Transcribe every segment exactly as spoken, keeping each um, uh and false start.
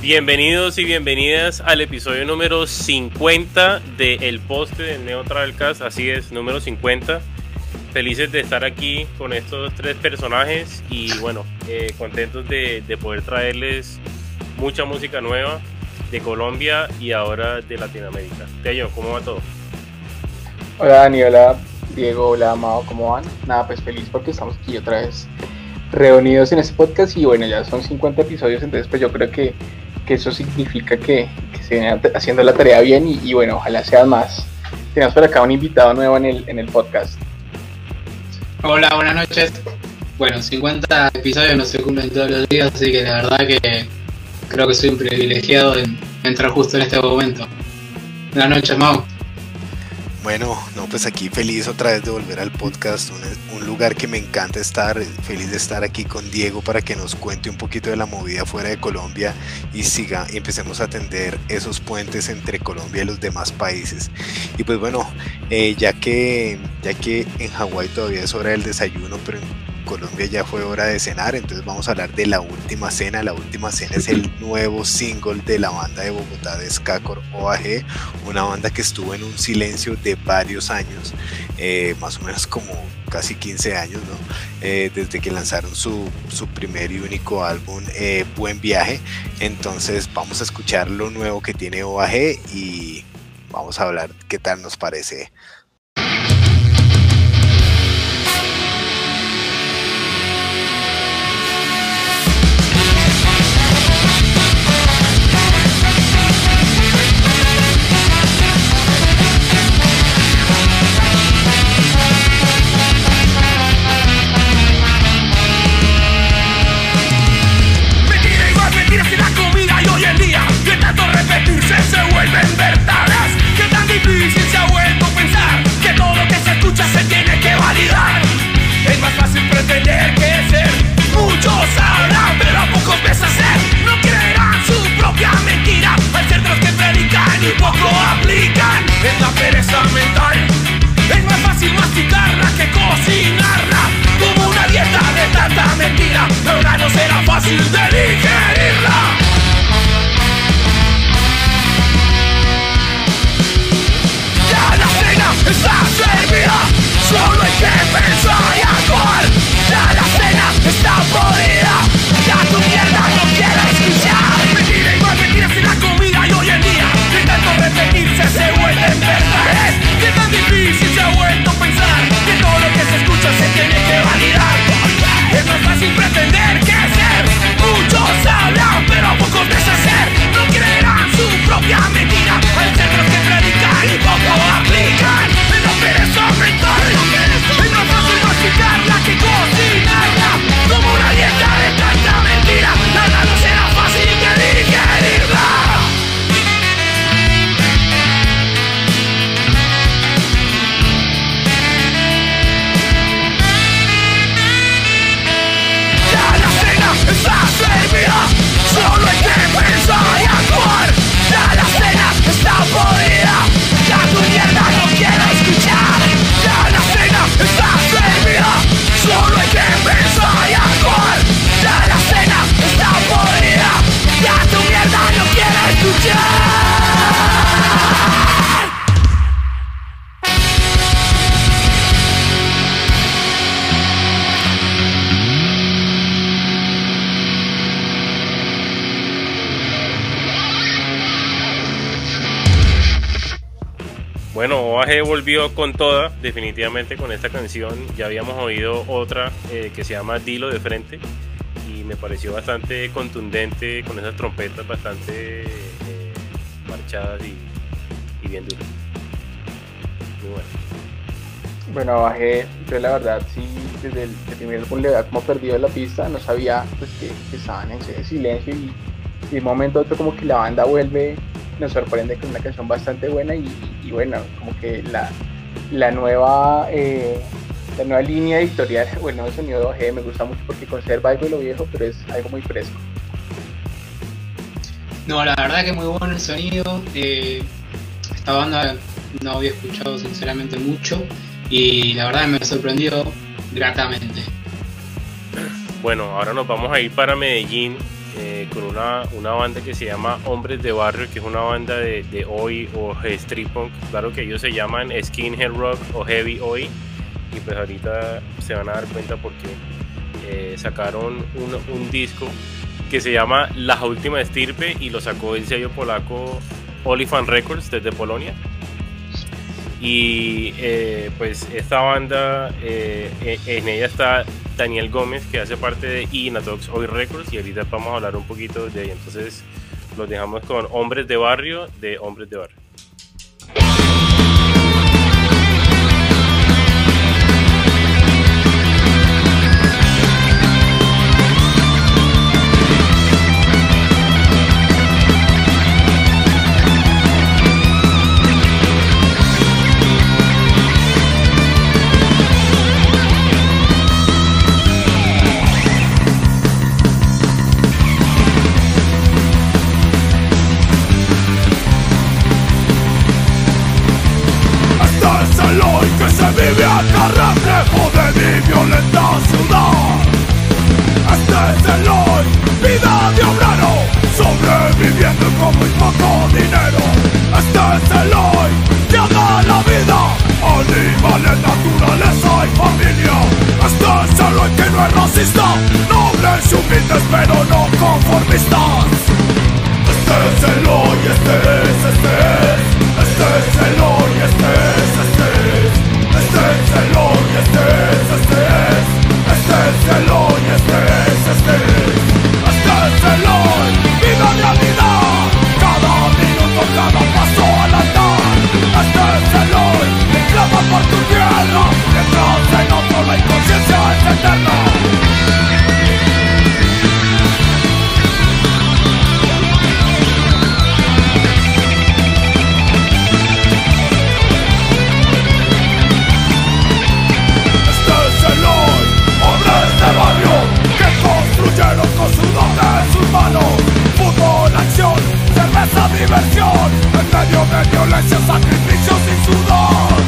Bienvenidos y bienvenidas al episodio número cincuenta de El Poste del Neo Travelcast. Así es, número cincuenta. Felices de estar aquí con estos tres personajes y bueno, eh, contentos de, de poder traerles mucha música nueva de Colombia y ahora de Latinoamérica. Tello, ¿cómo va todo? Hola Dani, hola Diego, hola Amado, ¿cómo van? Nada, pues feliz porque estamos aquí otra vez reunidos en este podcast y bueno, ya son cincuenta episodios, entonces pues yo creo que, que eso significa que, que se viene haciendo la tarea bien y, y bueno, ojalá sean más. Tenemos por acá un invitado nuevo en el, en el podcast. Hola, buenas noches. Bueno, cincuenta episodios no se cumplen todos los días, así que la verdad que creo que soy un privilegiado en entrar justo en este momento. Buenas noches, Mau. Bueno, no, pues aquí feliz otra vez de volver al podcast, un, un lugar que me encanta estar, feliz de estar aquí con Diego para que nos cuente un poquito de la movida fuera de Colombia y siga y empecemos a tender esos puentes entre Colombia y los demás países. Y pues bueno, eh, ya que ya que en Hawái todavía es hora del desayuno, pero en Colombia ya fue hora de cenar, entonces vamos a hablar de La Última Cena. La Última Cena es el nuevo single de la banda de Bogotá de Skakor O A G, una banda que estuvo en un silencio de varios años, eh, más o menos como casi quince años, ¿no? Eh, desde que lanzaron su, su primer y único álbum, eh, Buen Viaje. Entonces vamos a escuchar lo nuevo que tiene O A G y vamos a hablar qué tal nos parece. Se vuelven verdades. Qué tan difícil se ha vuelto pensar que todo lo que se escucha se tiene que validar. Es más fácil pretender que ser. Muchos hablan, pero a pocos ves hacer. No creerán su propia mentira al ser de los que predican y poco aplican. Es la pereza mental. Es más fácil masticarla que cocinarla. Como una dieta de tanta mentira, ahora no será fácil de digerirla. Está servida, solo hay que pensar y actuar. Ya la cena está podrida, ya tu mierda no quiere escuchar. Mentira y más mentiras en la comida y hoy en día de tanto repetirse se vuelven verdades. Qué tan difícil se ha vuelto pensar que todo lo que se escucha se tiene que validar. Es más fácil pretender que ser. Muchos hablan pero a pocos deshacer. No creerán su propia mentira al ser de los que predican y poco aplican. Pereza mental. Es más fácil masticarla que cocinarla. Como una dieta de tanta mentira, nada no será fácil de digerirla. Ya la cena está servida, solo hay que pensar y actuar. Ya la cena está podrida, ya tu mierda no quiere escuchar. Ya la cena está servida, solo hay que pensar y actuar. Ya la cena está podrida, ya tu mierda no quiere escuchar. Bueno, O A G volvió con toda, definitivamente con esta canción. Ya habíamos oído otra eh, que se llama Dilo de Frente y me pareció bastante contundente, con esas trompetas bastante eh, marchadas y, y bien duras. Muy bueno. Bueno, O A G, yo la verdad sí, desde el, el primer álbum le había como perdido la pista, no sabía pues que, que estaban en ese silencio y, y de un momento a otro como que la banda vuelve, nos sorprende con una canción bastante buena y, y, y bueno, como que la, la nueva eh, la nueva línea editorial, bueno, el sonido de O A G me gusta mucho porque conserva algo de lo viejo, pero es algo muy fresco. No, la verdad que muy bueno el sonido. Eh, esta banda no había escuchado sinceramente mucho y la verdad me sorprendió gratamente. Bueno, ahora nos vamos a ir para Medellín eh, con una, una banda que se llama Hombres de Barrio, que es una banda de, de Oi o street punk. Claro que ellos se llaman Skinhead Rock o Heavy Oi, y pues ahorita se van a dar cuenta porque eh, sacaron un, un disco que se llama La Última Estirpe y lo sacó el sello polaco Olifant Records desde Polonia. Y eh, pues esta banda, eh, en ella está Daniel Gómez, que hace parte de Inatox Oi Records, y ahorita vamos a hablar un poquito de ella. Entonces los dejamos con Hombres de Barrio, de Hombres de Barrio. Vive acá reflejo de mi violenta ciudad. Este es el hoy, vida de obrero, sobreviviendo con muy poco dinero. Este es el hoy, que da la vida, animales, naturaleza y familia. Este es el hoy que no es racista, nobles y humildes pero no conformistas. Este es el hoy, este es, este es, este es el hoy, este es, este es. Este es el hoy, este es, este es. Este es el hoy, este es, este es. Este es el hoy, vida de vida. Cada minuto, cada paso al andar. Este es el hoy, clama por tu tierra. Mientras en otro la inconsciencia es eterna. Con sudor de sus manos, fútbol, acción, cerveza, diversión, en medio de violencia, sacrificios y sudor.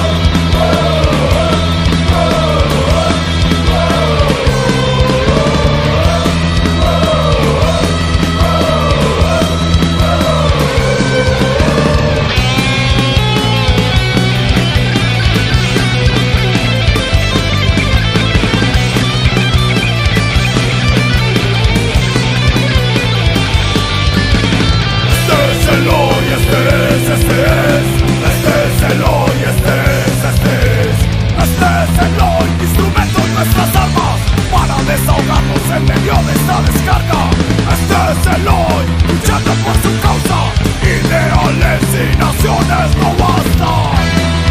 Desahogarnos en medio de esta descarga. Este es el hoy, luchando por su causa. Ideales y naciones no bastan.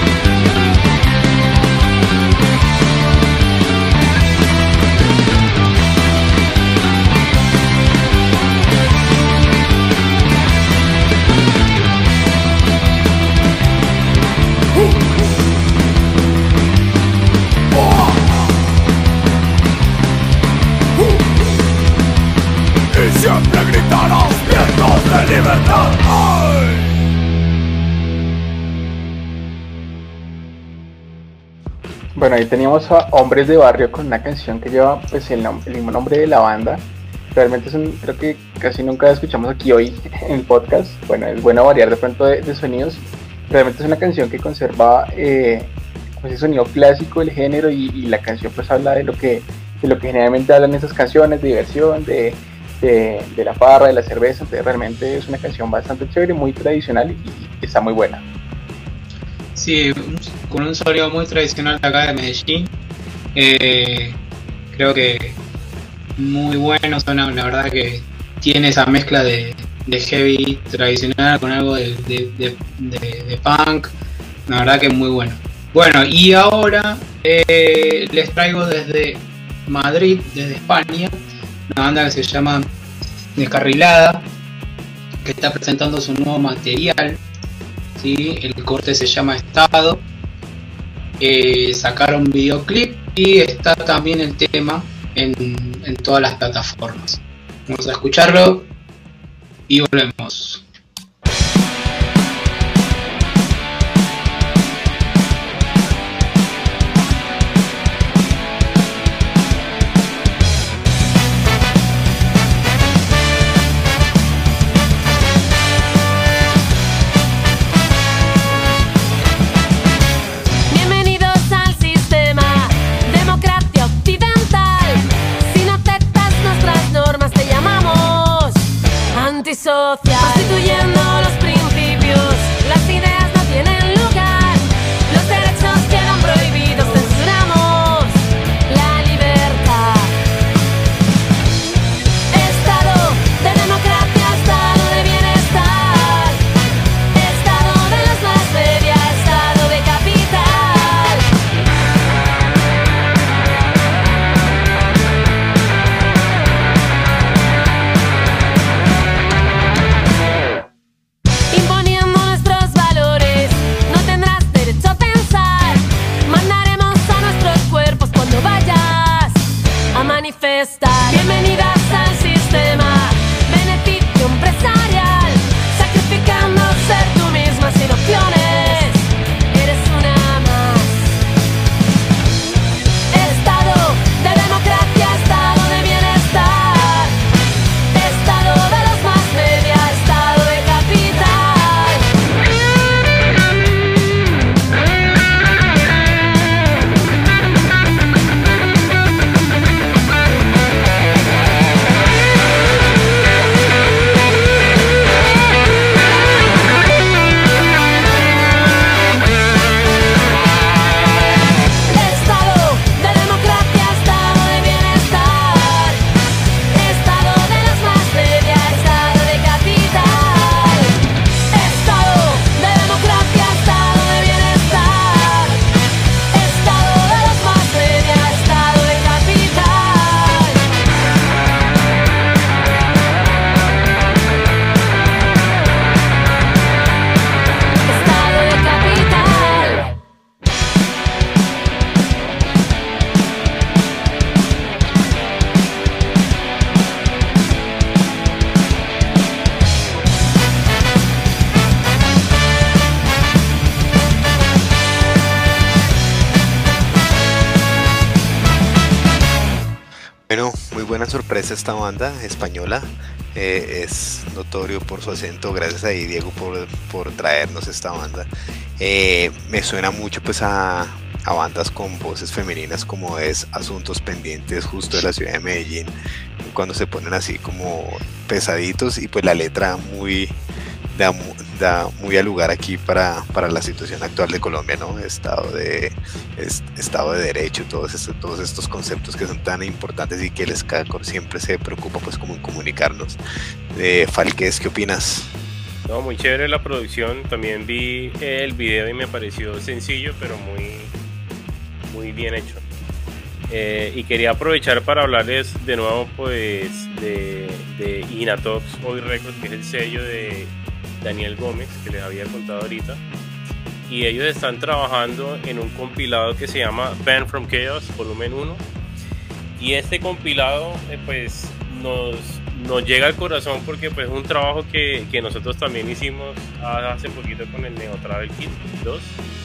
Siempre gritarás vientos de libertad. ¡Ay! Bueno, ahí teníamos a Hombres de Barrio con una canción que lleva pues el, nom- el mismo nombre de la banda. Realmente es un, creo que casi nunca escuchamos aquí hoy en el podcast. Bueno, es bueno variar de pronto de, de sonidos. Realmente es una canción que conserva eh, pues ese sonido clásico del género, y, y la canción pues habla de lo que de lo que generalmente hablan esas canciones, de diversión, de De, de la farra, de la cerveza. Entonces realmente es una canción bastante chévere, muy tradicional, y, y está muy buena. Sí, con un sonido muy tradicional de acá de Medellín. Eh, creo que muy bueno, suena, la verdad que tiene esa mezcla de, de heavy tradicional con algo de, de, de, de, de punk. La verdad que es muy bueno. Bueno, y ahora eh, les traigo desde Madrid, desde España, una banda que se llama Descarrilada, que está presentando su nuevo material, ¿sí? El corte se llama Estado. Eh, sacaron videoclip y está también el tema en, en todas las plataformas. Vamos a escucharlo y volvemos. social, constituyendo los principios, las ideas no tienen lugar, los derechos quedan prohibidos, censuramos la libertad. Estado de democracia, estado de bienestar, estado de los más media, estado de capital. Imponiendo nuestros valores, no tendrás derecho a pensar. Mandaremos a nuestros cuerpos cuando vayas a manifestar. Bienvenidas al sistema, beneficio empresarial, sacrificando ser tú misma sin opciones. Eres una más. Estado de democracia, estado de bienestar, estado de los más media, estado de capital. Estado de democracia, estado de bienestar, estado de los más media, estado de capital. Estado de democracia, estado de bienestar, estado de los más media, estado de capital. Estado de capital. Bueno, muy buena sorpresa esta banda española. Eh, es notorio por su acento. Gracias a Diego por, por traernos esta banda. Eh, me suena mucho pues a, a bandas con voces femeninas como es Asuntos Pendientes, justo de la ciudad de Medellín, cuando se ponen así como pesaditos, y pues la letra muy da, mu- da muy al lugar aquí para, para la situación actual de Colombia, ¿no? Estado de, es- estado de derecho, todos estos, todos estos conceptos que son tan importantes y que el Escacor siempre se preocupa pues como en comunicarnos. Eh, Falques, ¿qué opinas? No, muy chévere la producción. También vi el video y me pareció sencillo, pero muy, muy bien hecho. Eh, y quería aprovechar para hablarles de nuevo pues de, de Inatox Hoy Records, que es el sello de Daniel Gómez, que les había contado ahorita. Y ellos están trabajando en un compilado que se llama Band from Chaos, volumen uno. Y este compilado eh, pues nos, nos llega al corazón porque pues es un trabajo que, que nosotros también hicimos hace poquito con el Neo Travel Kit dos.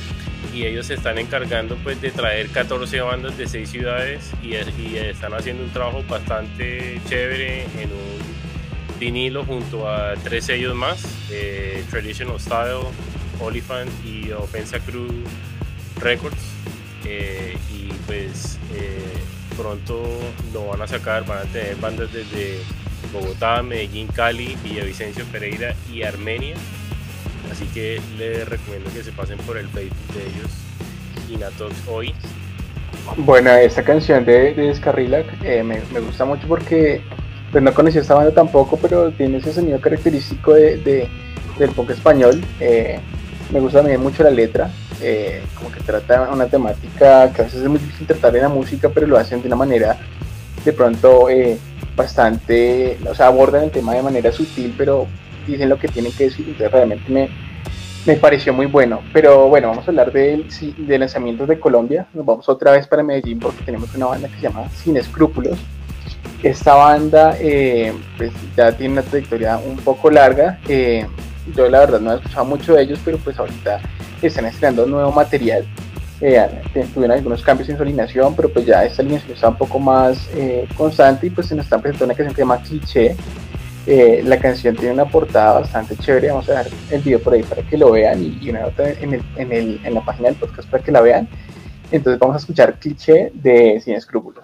Y ellos se están encargando pues de traer catorce bandas de seis ciudades y, y están haciendo un trabajo bastante chévere en un vinilo junto a tres sellos más, eh, Traditional Style, Oliphant y Ofensa Crew Records. Eh, y pues eh, pronto lo van a sacar, van a tener bandas desde Bogotá, Medellín, Cali, Villavicencio, Pereira y Armenia. Así que les recomiendo que se pasen por el Facebook de ellos, Inatox Hoy. Bueno, esta canción de, de Descarrilac eh, me, me gusta mucho porque pues no conocía esta banda tampoco, pero tiene ese sonido característico de, de, del punk español. Eh, me gusta también mucho la letra, eh, como que trata una temática que a veces es muy difícil tratar en la música, pero lo hacen de una manera de pronto eh, bastante, o sea, abordan el tema de manera sutil, pero dicen lo que tienen que decir. Entonces realmente me, me pareció muy bueno. Pero bueno, vamos a hablar de, de lanzamientos de Colombia. Nos vamos otra vez para Medellín porque tenemos una banda que se llama Sin Escrúpulos. Esta banda eh, pues ya tiene una trayectoria un poco larga. eh, yo la verdad no he escuchado mucho de ellos, pero pues ahorita están estrenando nuevo material. Eh, tuvieron algunos cambios en su alineación, pero pues ya esta alineación está un poco más eh, constante, y pues se nos está presentando una canción que se llama Cliché. Eh, la canción tiene una portada bastante chévere. Vamos a dejar el video por ahí para que lo vean, y, y una nota en, el, en, el, en la página del podcast para que la vean. Entonces vamos a escuchar Cliché de Sin Escrúpulos.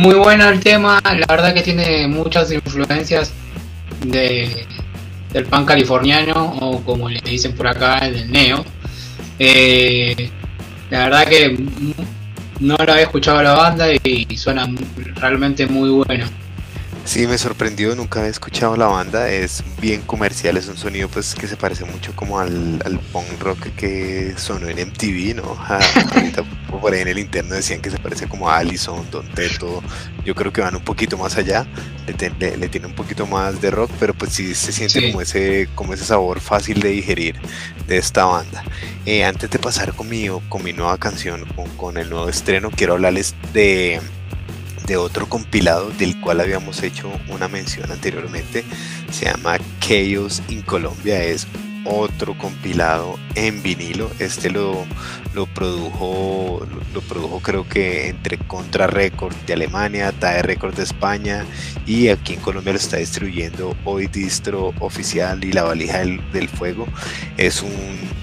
muy bueno el tema, la verdad que tiene muchas influencias de, del punk californiano, o como le dicen por acá, del neo. Eh, la verdad que no lo había escuchado a la banda y suena realmente muy bueno. Sí, me sorprendió, nunca había escuchado la banda, es bien comercial, es un sonido pues que se parece mucho como al, al punk rock que sonó en M T V, ¿no? Ah, ahorita por ahí en el interno decían que se parece como a Allison, Don Teto, yo creo que van un poquito más allá, le, te, le, le tiene un poquito más de rock, pero pues sí se siente sí. como ese como ese sabor fácil de digerir de esta banda. Eh, antes de pasar con mi, con mi nueva canción, con, con el nuevo estreno, quiero hablarles de... de otro compilado del cual habíamos hecho una mención anteriormente. Se llama Chaos in Colombia, es otro compilado en vinilo. Este lo, lo produjo lo, lo produjo creo que entre Contra Records de Alemania, T A E Records de España, y aquí en Colombia lo está distribuyendo Hoy Distro Oficial y La Valija del, del Fuego. Es un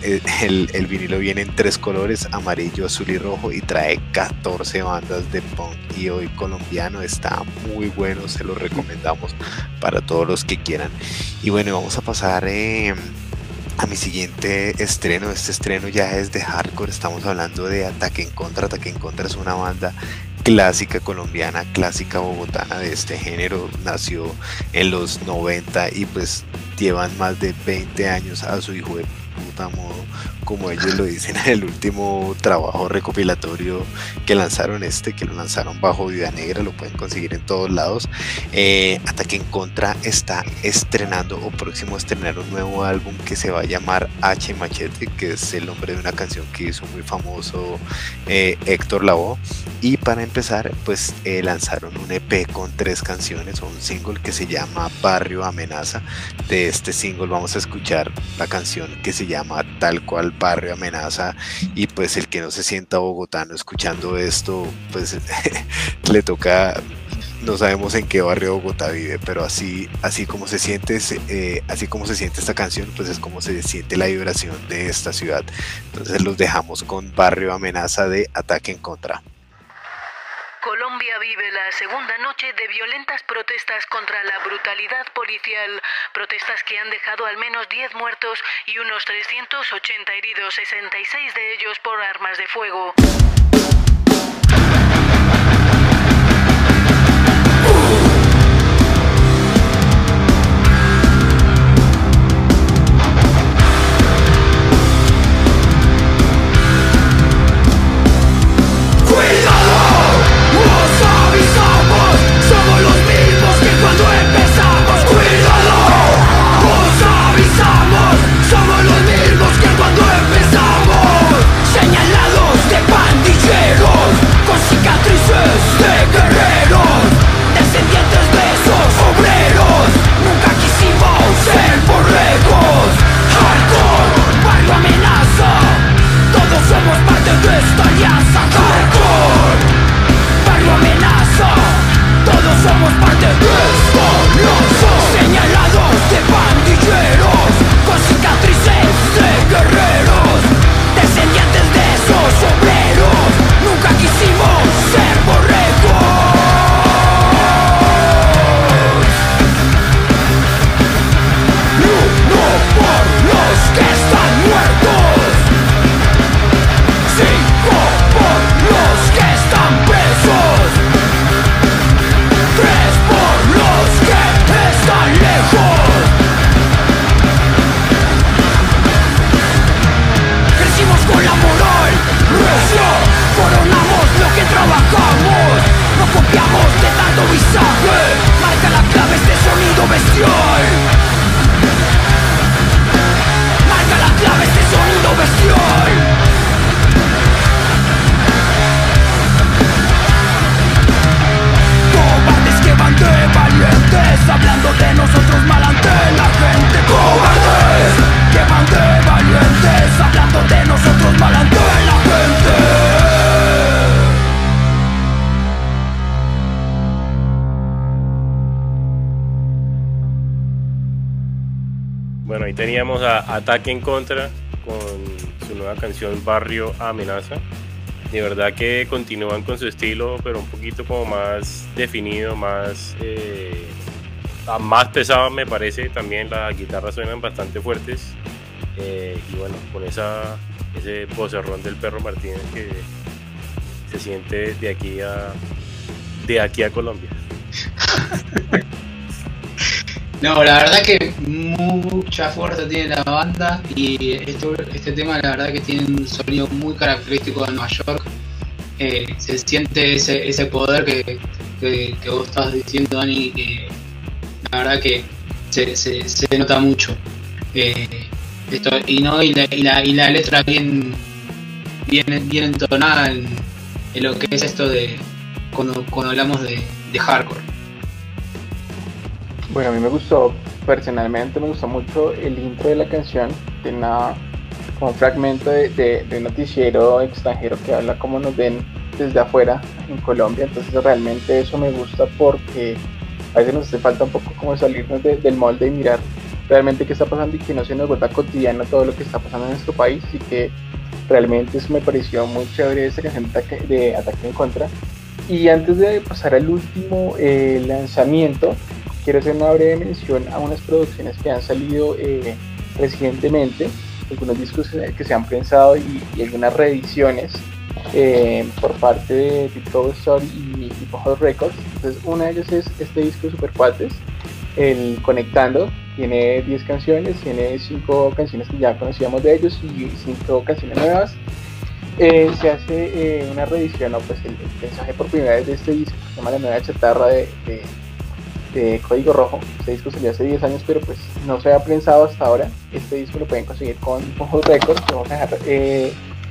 el, el vinilo viene en tres colores, amarillo, azul y rojo, y trae catorce bandas de punk y hoy colombiano. Está muy bueno, se lo recomendamos para todos los que quieran. Y bueno, vamos a pasar eh, a mi siguiente estreno. Este estreno ya es de hardcore, estamos hablando de Ataque en Contra. Ataque en Contra es una banda clásica colombiana, clásica bogotana de este género. Nació en los noventa y pues llevan más de veinte años a su hijo de puta modo, como ellos lo dicen en el último trabajo recopilatorio que lanzaron, este que lo lanzaron bajo Viuda Negra, lo pueden conseguir en todos lados. eh, Ataque en Contra está estrenando o próximo a estrenar un nuevo álbum que se va a llamar H Machete, que es el nombre de una canción que hizo muy famoso eh, Héctor Lavoe. Y para empezar pues eh, lanzaron un E P con tres canciones o un single que se llama Barrio Amenaza. De este single vamos a escuchar la canción que se llama tal cual, Barrio Amenaza, y pues el que no se sienta bogotano escuchando esto pues le toca, no sabemos en qué barrio de Bogotá vive, pero así así como se siente eh, así como se siente esta canción, pues es como se siente la vibración de esta ciudad. Entonces los dejamos con Barrio Amenaza de Ataque en Contra. Colombia vive la segunda noche de violentas protestas contra la brutalidad policial, protestas que han dejado al menos diez muertos y unos trescientos ochenta heridos, sesenta y seis de ellos por armas de fuego. Bueno, ahí teníamos a Ataque en Contra con su nueva canción Barrio Amenaza. de verdad que continúan con su estilo, pero un poquito como más definido, más eh, más pesado me parece. También las guitarras suenan bastante fuertes, eh, y bueno, con esa ese vocerrón del Perro Martínez que se siente de aquí a de aquí a Colombia. No, la verdad que mucha fuerza tiene la banda y esto, este tema la verdad que tiene un sonido muy característico de Nueva York. Eh, se siente ese, ese poder que, que, que vos estabas diciendo, Dani, que la verdad que se, se, se nota mucho. Eh, esto, y no y la, y la, y la letra bien, bien, bien entonada en, en lo que es esto de cuando, cuando hablamos de, de hardcore. Bueno, a mí me gustó, personalmente me gustó mucho el intro de la canción. Tiene una, como un fragmento de, de, de un noticiero extranjero que habla cómo nos ven desde afuera en Colombia. Entonces realmente eso me gusta porque a veces nos hace falta un poco como salirnos de, del molde y mirar realmente qué está pasando y que no se nos vuelva cotidiano todo lo que está pasando en nuestro país. Y que realmente eso me pareció muy chévere, esa canción de Ataque, de Ataque en Contra. Y antes de pasar al último eh, lanzamiento, quiero hacer una breve mención a unas producciones que han salido eh, recientemente, algunos discos que se han prensado y, y algunas reediciones eh, por parte de Tito Story y Hip Hop Records. Entonces, una de ellas es este disco Super Cuates, el Conectando. Tiene diez canciones, tiene cinco canciones que ya conocíamos de ellos y cinco canciones nuevas. Eh, se hace eh, una reedición, ¿no? Pues el, el mensaje por primera vez de este disco, se llama La Nueva Chatarra de, de de Código Rojo. Este disco salió hace diez años, pero pues no se ha prensado hasta ahora. Este disco lo pueden conseguir con Hot Records. Vamos a dejar eh,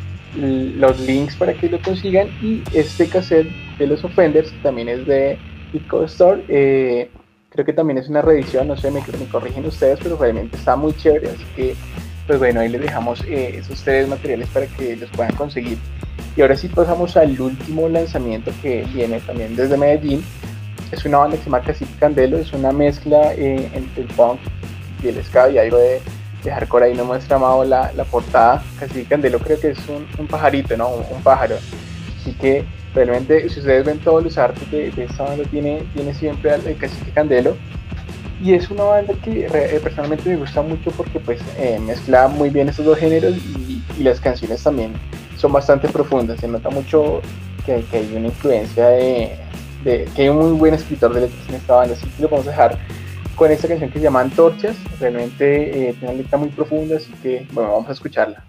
los links para que lo consigan. Y este cassette de los Offenders también es de Pico Store. Eh, creo que también es una reedición, no sé, me, me corrigen ustedes, pero realmente está muy chévere. Así que, pues bueno, ahí les dejamos eh, esos tres materiales para que los puedan conseguir. Y ahora sí pasamos al último lanzamiento que viene también desde Medellín. Es una banda que se llama Cacique Candelo, es una mezcla eh, entre el punk y el ska y algo de, de hardcore. Ahí no muestra Mao la, la portada. Cacique Candelo creo que es un, un pajarito, ¿no? Un, un pájaro. Así que realmente, si ustedes ven todos los artes de, de esta banda, tiene, tiene siempre al Cacique Candelo. Y es una banda que eh, personalmente me gusta mucho porque pues eh, mezcla muy bien estos dos géneros y, y las canciones también son bastante profundas. Se nota mucho que, que hay una influencia de... De, que hay un muy buen escritor de letras en esta banda, así que lo vamos a dejar con esta canción que se llama Antorchas. Realmente eh, tiene una letra muy profunda, así que bueno, vamos a escucharla.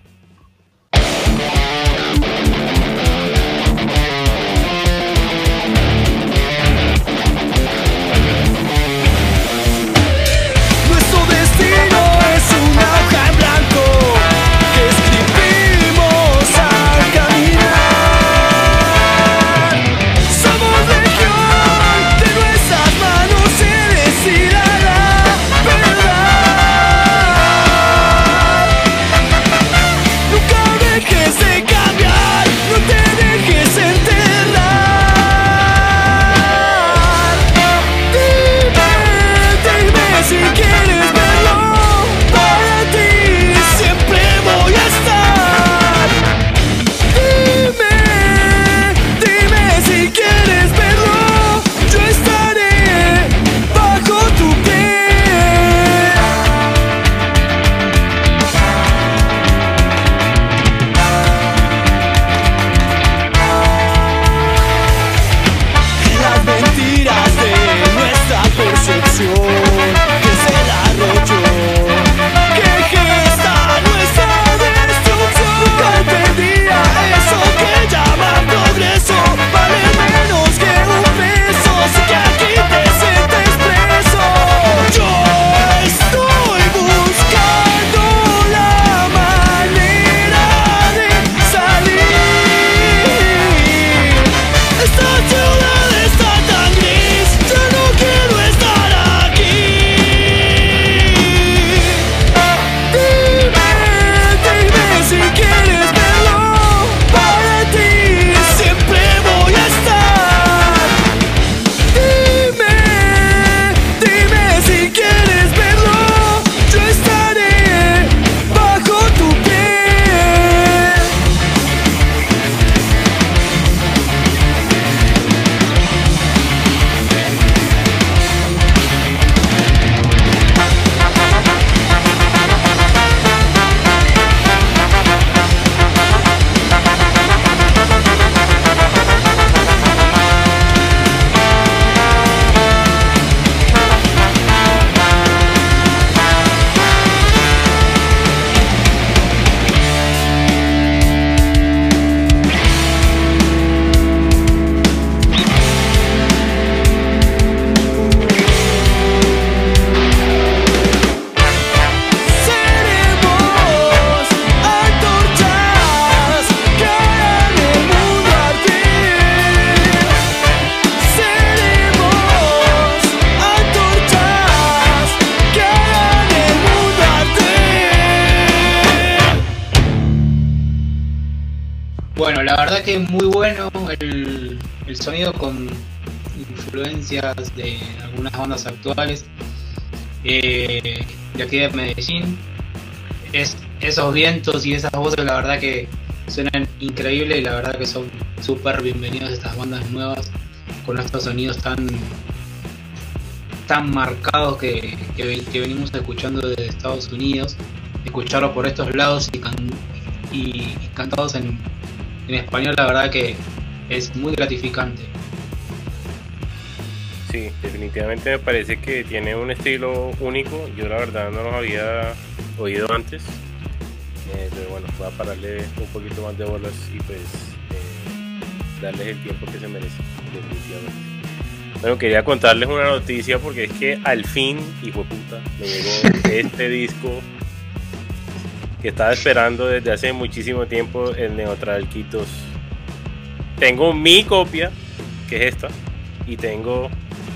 Nuestro destino es una hoja en blanco que escribimos al caminar. Bueno, la verdad que es muy bueno el, el sonido con influencias de algunas bandas actuales eh, de aquí de Medellín. Es, esos vientos y esas voces la verdad que suenan increíbles y la verdad que son súper bienvenidos estas bandas nuevas con estos sonidos tan tan marcados que, que, que venimos escuchando desde Estados Unidos. Escucharlos por estos lados y, can, y, y cantados en, en español la verdad que es muy gratificante. Sí, definitivamente me parece que tiene un estilo único. Yo la verdad no los había oído antes, eh, pero bueno, voy a pararle un poquito más de bolas y pues eh, darles el tiempo que se merece, definitivamente. Bueno, quería contarles una noticia porque es que al fin, hijo de puta, me llegó este disco que estaba esperando desde hace muchísimo tiempo, el Neotralquitos. Tengo mi copia, que es esta, y tengo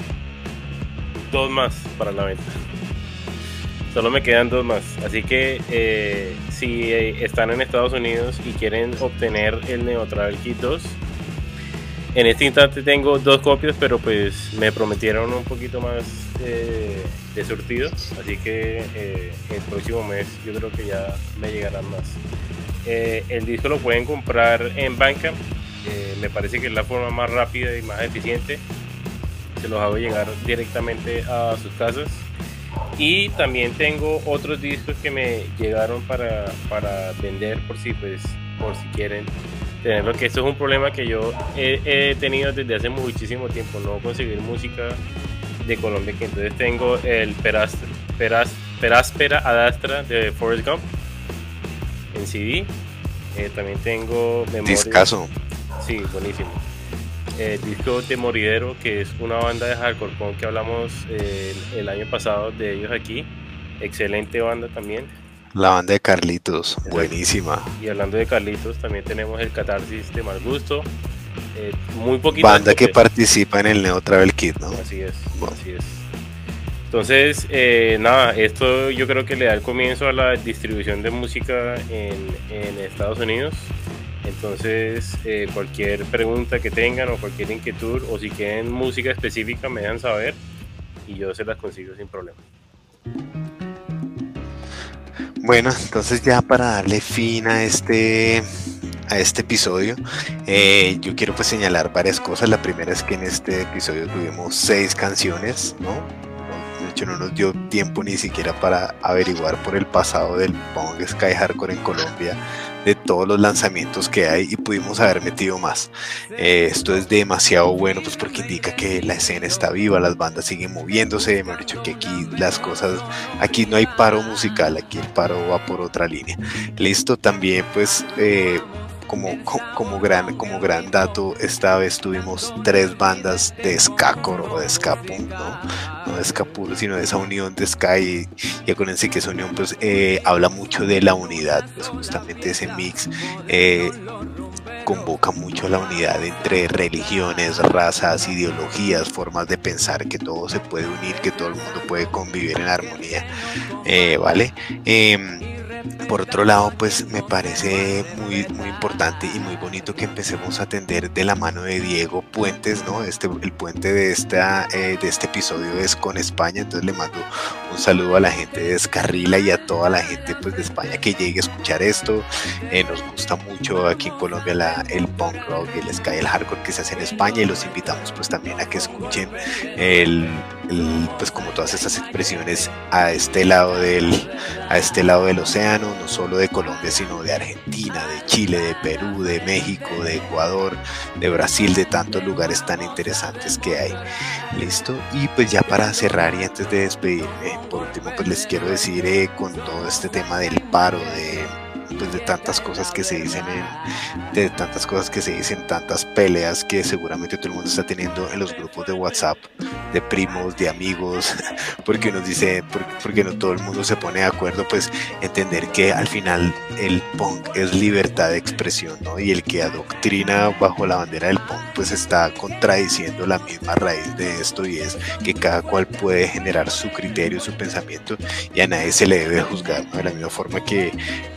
dos más para la venta. Solo me quedan dos más, así que eh, si están en Estados Unidos y quieren obtener el Neotralkit dos, en este instante tengo dos copias, pero pues me prometieron un poquito más eh, de surtido, así que eh, el próximo mes yo creo que ya me llegarán más. Eh, el disco lo pueden comprar en Bandcamp, eh, me parece que es la forma más rápida y más eficiente. Se los hago llegar directamente a sus casas. Y también tengo otros discos que me llegaron para, para vender por si pues por si quieren tenerlo, que esto es un problema que yo he, he tenido desde hace muchísimo tiempo, no conseguir música de Colombia, que entonces tengo el Peras, Peras, Peráspera Adastra de Forrest Gump en C D, eh, también tengo Memoria. Discaso. Sí, buenísimo. El disco de Moridero, que es una banda de hardcore punk que hablamos eh, el, el año pasado de ellos aquí, excelente banda también. La banda de Carlitos, exacto. Buenísima. Y hablando de Carlitos, también tenemos el Catarsis de Mal Gusto, eh, muy poquito. Banda que participa en el Neo Travel Kit, ¿no? Así es, bueno. así es. Entonces, eh, nada, esto yo creo que le da el comienzo a la distribución de música en, en Estados Unidos. Entonces, eh, cualquier pregunta que tengan o cualquier inquietud, o si quieren música específica, me dejan saber y yo se las consigo sin problema. Bueno, entonces ya para darle fin a este a este episodio, eh, yo quiero pues señalar varias cosas. La primera es que en este episodio tuvimos seis canciones, ¿no? De hecho no nos dio tiempo ni siquiera para averiguar por el pasado del punk sky hardcore en Colombia, de todos los lanzamientos que hay, y pudimos haber metido más. Eh, esto es demasiado bueno pues porque indica que la escena está viva, las bandas siguen moviéndose, me han dicho que aquí las cosas, aquí no hay paro musical, aquí el paro va por otra línea. Listo, también pues eh, como, como, como, gran, como gran dato, esta vez tuvimos tres bandas de skacore o de ska punk, ¿no? No de ska puro, sino de esa unión de ska, y, y acuérdense que esa unión pues eh, habla mucho de la unidad, pues justamente ese mix eh, convoca mucho la unidad entre religiones, razas, ideologías, formas de pensar, que todo se puede unir, que todo el mundo puede convivir en armonía, eh, ¿vale? Eh, Por otro lado, pues me parece muy, muy importante y muy bonito que empecemos a atender de la mano de Diego Puentes, ¿no? Este, el puente de, esta, eh, de este episodio es con España, entonces le mando un saludo a la gente de Descarrila y a toda la gente pues, de España que llegue a escuchar esto. Eh, nos gusta mucho aquí en Colombia la, el punk rock, el ska y el hardcore que se hace en España, y los invitamos pues también a que escuchen el, el, pues como todas estas expresiones a este lado del, a este lado del océano, no solo de Colombia, sino de Argentina, de Chile, de Perú, de México, de Ecuador, de Brasil, de tantos lugares tan interesantes que hay. Listo, y pues ya para cerrar y antes de despedirme, por último pues les quiero decir eh, con todo este tema del paro, de pues de tantas cosas que se dicen en, de tantas cosas que se dicen, tantas peleas que seguramente todo el mundo está teniendo en los grupos de WhatsApp, de primos, de amigos, porque nos dice, porque, porque no todo el mundo se pone de acuerdo, pues entender que al final el punk es libertad de expresión, ¿no? Y el que adoctrina bajo la bandera del punk pues está contradiciendo la misma raíz de esto, y es que cada cual puede generar su criterio, su pensamiento, y a nadie se le debe juzgar, ¿no? De la misma forma que eh,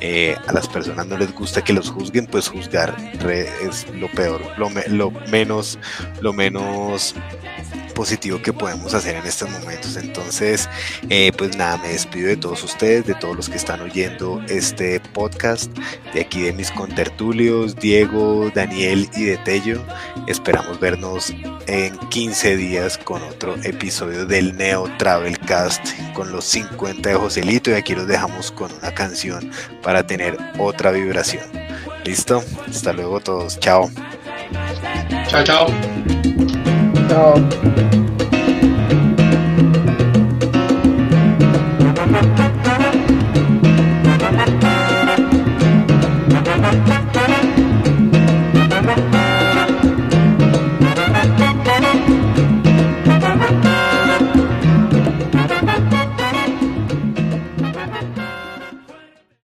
a las personas no les gusta que los juzguen, pues juzgar re, es lo peor, lo, me, lo menos, lo menos positivo que podemos hacer en estos momentos. Entonces, eh, pues nada, me despido de todos ustedes, de todos los que están oyendo este podcast, de aquí de mis contertulios, Diego, Daniel y de Tello. Esperamos vernos en quince días con otro episodio del Neo Travelcast, con los cincuenta de Joselito, y aquí los dejamos con una canción para tener otra vibración. ¿Listo? Hasta luego todos, chao. Chao, chao. Chao.